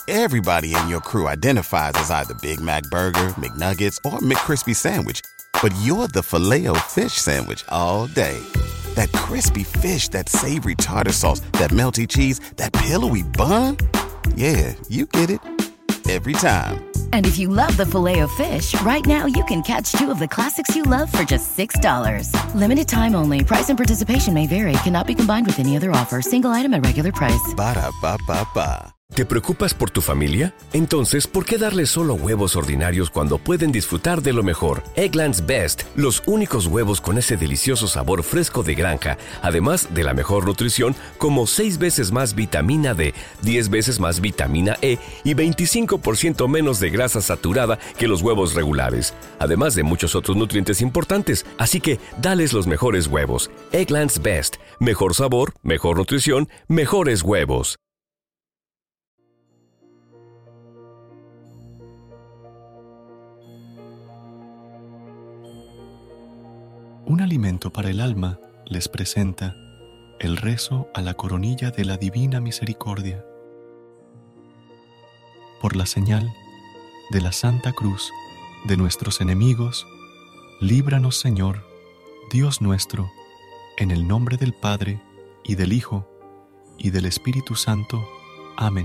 Everybody in your crew identifies as either Big Mac Burger, McNuggets, or McCrispy Sandwich. But you're the Filet-O-Fish Sandwich all day. That crispy fish, that savory tartar sauce, that melty cheese, that pillowy bun. Yeah, you get it. Every time. And if you love the Filet-O-Fish, right now you can catch two of the classics you love for just $6. Limited time only. Price and participation may vary. Cannot be combined with any other offer. Single item at regular price. Ba-da-ba-ba-ba. ¿Te preocupas por tu familia? Entonces, ¿por qué darles solo huevos ordinarios cuando pueden disfrutar de lo mejor? Eggland's Best, los únicos huevos con ese delicioso sabor fresco de granja, además de la mejor nutrición, como 6 veces más vitamina D, 10 veces más vitamina E y 25% menos de grasa saturada que los huevos regulares, además de muchos otros nutrientes importantes. Así que, dales los mejores huevos. Eggland's Best, mejor sabor, mejor nutrición, mejores huevos. Un alimento para el alma les presenta el rezo a la coronilla de la Divina Misericordia. Por la señal de la Santa Cruz de nuestros enemigos, líbranos, Señor, Dios nuestro, en el nombre del Padre, y del Hijo, y del Espíritu Santo. Amén.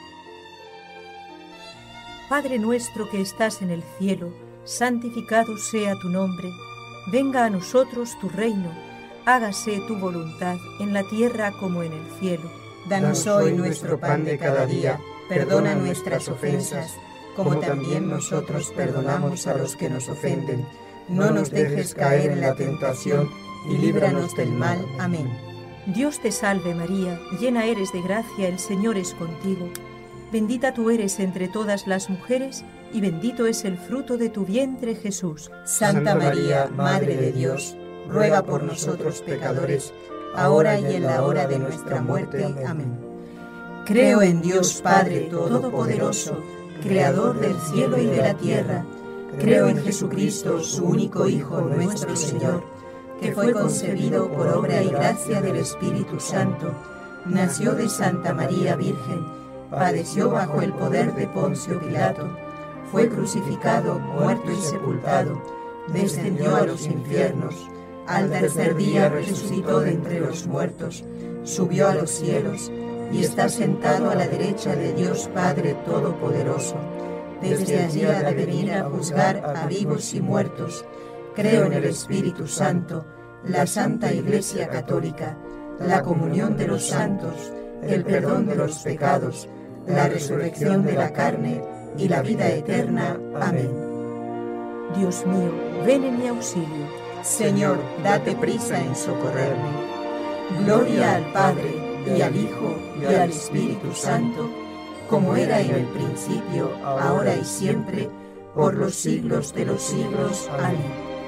Padre nuestro que estás en el cielo, santificado sea tu nombre. Venga a nosotros tu reino, hágase tu voluntad en la tierra como en el cielo. Danos hoy nuestro pan de cada día, perdona nuestras ofensas, como también nosotros perdonamos a los que nos ofenden. No nos dejes caer en la tentación y líbranos del mal. Amén. Dios te salve María, llena eres de gracia, el Señor es contigo. Bendita tú eres entre todas las mujeres, y bendito es el fruto de tu vientre, Jesús. Santa María, Madre de Dios, ruega por nosotros pecadores, ahora y en la hora de nuestra muerte. Amén. Creo en Dios Padre Todopoderoso, Creador del cielo y de la tierra. Creo en Jesucristo, su único Hijo, nuestro Señor, que fue concebido por obra y gracia del Espíritu Santo, nació de Santa María Virgen, padeció bajo el poder de Poncio Pilato, fue crucificado, muerto y sepultado, descendió a los infiernos, al tercer día resucitó de entre los muertos, subió a los cielos y está sentado a la derecha de Dios Padre Todopoderoso. Desde allí ha de venir a juzgar a vivos y muertos. Creo en el Espíritu Santo, la Santa Iglesia Católica, la comunión de los santos, el perdón de los pecados, la resurrección de la carne y la vida eterna. Amén. Dios mío, ven en mi auxilio. Señor, date prisa en socorrerme. Gloria al Padre, y al Hijo, y al Espíritu Santo, como era en el principio, ahora y siempre, por los siglos de los siglos. Amén.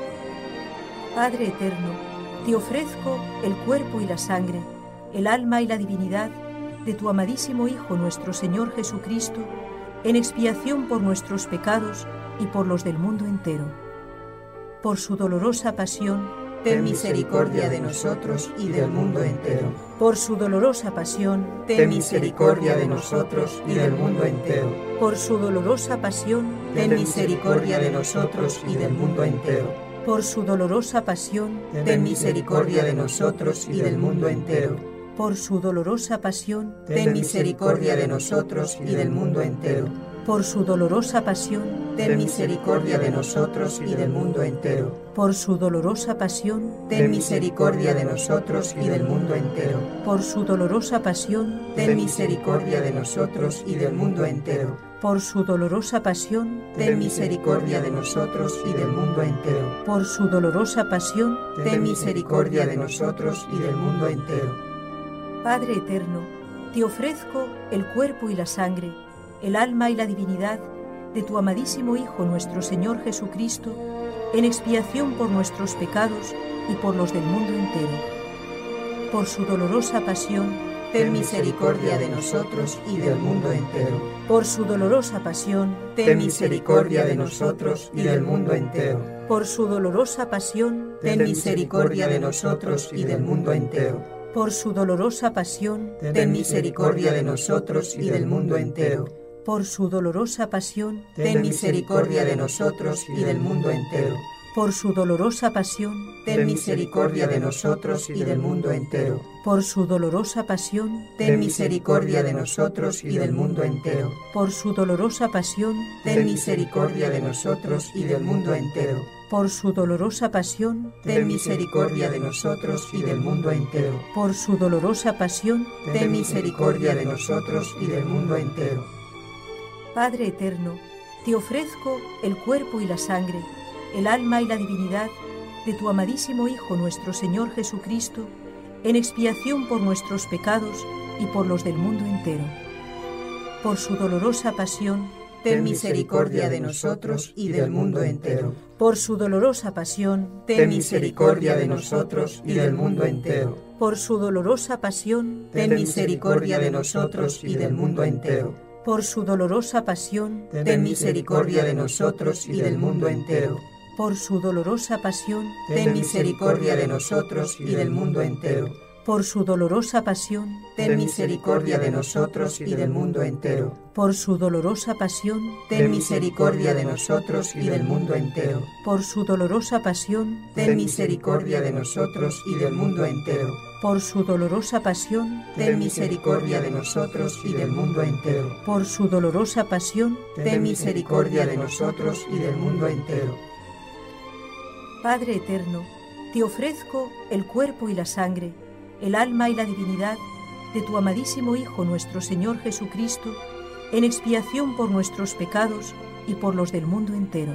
Padre eterno, te ofrezco el cuerpo y la sangre, el alma y la divinidad de tu amadísimo Hijo nuestro Señor Jesucristo, en expiación por nuestros pecados y por los del mundo entero. Por su dolorosa pasión, ten misericordia de nosotros y del mundo entero. Por su dolorosa pasión, ten misericordia de nosotros y del mundo entero. Por su dolorosa pasión, ten misericordia de nosotros y del mundo entero. Por su dolorosa pasión, ten misericordia de nosotros y del mundo entero. Por su dolorosa pasión, ten misericordia de nosotros y del mundo entero. Por su dolorosa pasión, ten misericordia de nosotros y del mundo entero. Por su dolorosa pasión, ten misericordia de nosotros y del mundo entero. Por su dolorosa pasión, ten misericordia de nosotros y del mundo entero. Por su dolorosa pasión, ten misericordia de nosotros y del mundo entero. Por su dolorosa pasión, ten misericordia de nosotros y del mundo entero. Padre eterno, te ofrezco el cuerpo y la sangre, el alma y la divinidad de tu amadísimo Hijo nuestro Señor Jesucristo, en expiación por nuestros pecados y por los del mundo entero. Por su dolorosa pasión, ten misericordia de nosotros y del mundo entero. Por su dolorosa pasión, ten misericordia de nosotros y del mundo entero. Por su dolorosa pasión, ten misericordia de nosotros y del mundo entero. Por su dolorosa pasión, ten misericordia de nosotros y del mundo entero. por su dolorosa pasión, ten misericordia de nosotros y del mundo entero. por su dolorosa pasión, Ten misericordia de nosotros y del mundo entero. por su dolorosa pasión, Ten misericordia de nosotros y del mundo entero. por su dolorosa pasión, Ten misericordia de nosotros y del mundo entero. por su dolorosa pasión, Ten misericordia de nosotros y del mundo entero. por su dolorosa pasión, Ten misericordia de nosotros y del mundo entero. Padre eterno, te ofrezco el cuerpo y la sangre, el alma y la divinidad de tu amadísimo Hijo nuestro Señor Jesucristo, en expiación por nuestros pecados y por los del mundo entero. Por su dolorosa pasión, Ten misericordia de nosotros y del mundo entero. por su dolorosa pasión, Ten misericordia de nosotros y del mundo entero. por su dolorosa pasión, Ten misericordia de nosotros y del mundo entero. por su dolorosa pasión, Ten misericordia de nosotros y del mundo entero. por su dolorosa pasión, Ten misericordia de nosotros y del mundo entero. por su dolorosa pasión, Ten misericordia de nosotros y del mundo entero. por su dolorosa pasión, Ten misericordia de nosotros y del mundo entero. por su dolorosa pasión, Ten misericordia de nosotros y del mundo entero. por su dolorosa pasión, Ten misericordia de nosotros y del mundo entero. por su dolorosa pasión, Ten misericordia de nosotros y del mundo entero. Padre eterno, te ofrezco el cuerpo y la sangre, el alma y la divinidad de tu amadísimo Hijo nuestro Señor Jesucristo, en expiación por nuestros pecados y por los del mundo entero.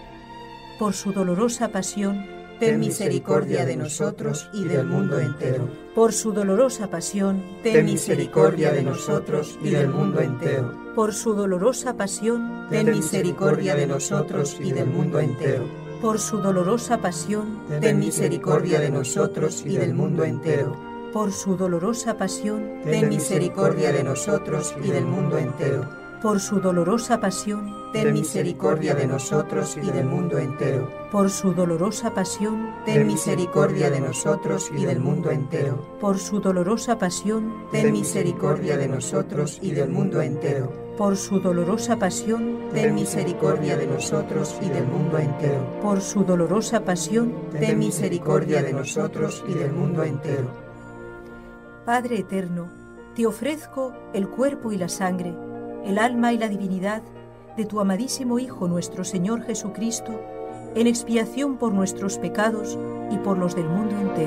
Por su dolorosa pasión, Ten misericordia de nosotros y del mundo entero. por su dolorosa pasión, Ten misericordia de nosotros y del mundo entero. por su dolorosa pasión, Ten misericordia de nosotros y del mundo entero. por su dolorosa pasión, Ten misericordia de nosotros y del mundo entero. por su dolorosa pasión, Ten misericordia de nosotros y del mundo entero. por su dolorosa pasión, Ten misericordia de nosotros y del mundo entero. por su dolorosa pasión, Ten misericordia de nosotros y del mundo entero. por su dolorosa pasión, Ten misericordia de nosotros y del mundo entero. por su dolorosa pasión, Ten misericordia de nosotros y del mundo entero. por su dolorosa pasión, Ten misericordia de nosotros y del mundo entero. Padre eterno, te ofrezco el cuerpo y la sangre, el alma y la divinidad de tu amadísimo Hijo nuestro Señor Jesucristo, en expiación por nuestros pecados y por los del mundo entero.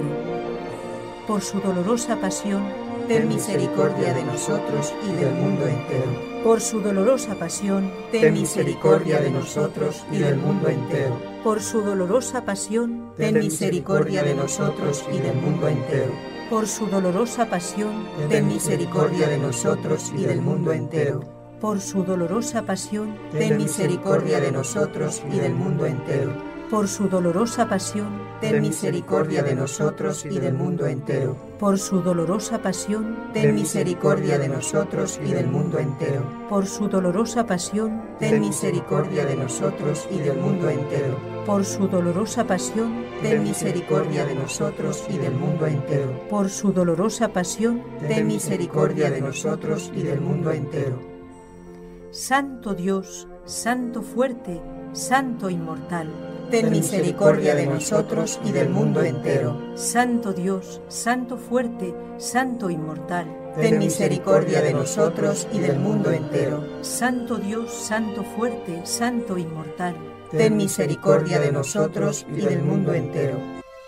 Por su dolorosa pasión, Ten misericordia de nosotros y del mundo entero. por su dolorosa pasión, Ten misericordia de nosotros y del mundo entero. por su dolorosa pasión, Ten misericordia de nosotros y del mundo entero. por su dolorosa pasión, Ten misericordia de nosotros y del mundo entero. por su dolorosa pasión, Ten misericordia de nosotros y del mundo entero. por su dolorosa pasión, Ten misericordia de nosotros y del mundo entero. por su dolorosa pasión, Ten misericordia de nosotros y del mundo entero. por su dolorosa pasión, Ten misericordia de nosotros y del mundo entero. por su dolorosa pasión, Ten misericordia de nosotros y del mundo entero. por su dolorosa pasión, Ten misericordia de nosotros y del mundo entero. Santo Dios, Santo fuerte, Santo inmortal, Ten misericordia de nosotros y del mundo entero. Santo Dios, Santo fuerte, Santo inmortal, Ten misericordia de nosotros y del mundo entero. Santo Dios, Santo fuerte, Santo inmortal, Ten misericordia de nosotros y del mundo entero.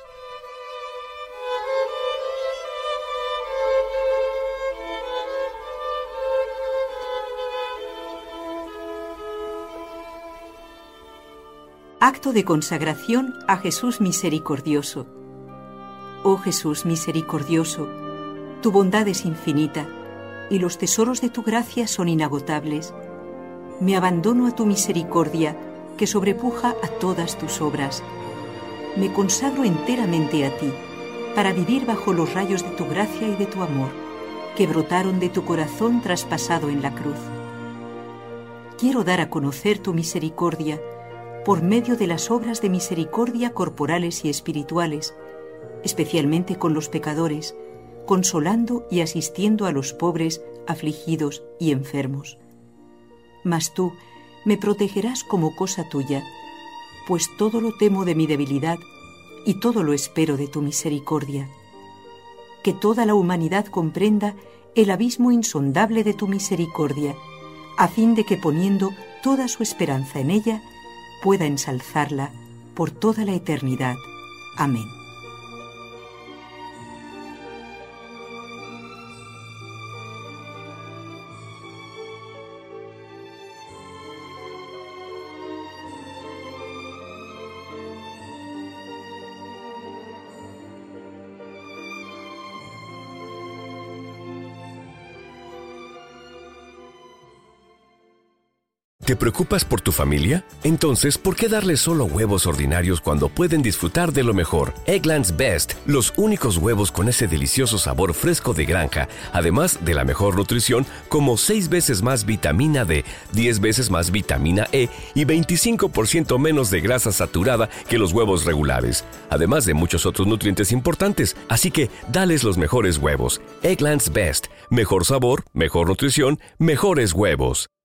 Acto de consagración a Jesús misericordioso. Oh Jesús misericordioso, tu bondad es infinita y los tesoros de tu gracia son inagotables. Me abandono a tu misericordia que sobrepuja a todas tus obras. Me consagro enteramente a ti para vivir bajo los rayos de tu gracia y de tu amor que brotaron de tu corazón traspasado en la cruz. Quiero dar a conocer tu misericordia por medio de las obras de misericordia corporales y espirituales, especialmente con los pecadores, consolando y asistiendo a los pobres, afligidos y enfermos. Mas tú me protegerás como cosa tuya, pues todo lo temo de mi debilidad y todo lo espero de tu misericordia. Que toda la humanidad comprenda el abismo insondable de tu misericordia, a fin de que poniendo toda su esperanza en ella, pueda ensalzarla por toda la eternidad. Amén. ¿Te preocupas por tu familia? Entonces, ¿por qué darles solo huevos ordinarios cuando pueden disfrutar de lo mejor? Eggland's Best, los únicos huevos con ese delicioso sabor fresco de granja, además de la mejor nutrición, como 6 veces más vitamina D, 10 veces más vitamina E y 25% menos de grasa saturada que los huevos regulares, además de muchos otros nutrientes importantes. Así que, dales los mejores huevos. Eggland's Best, mejor sabor, mejor nutrición, mejores huevos.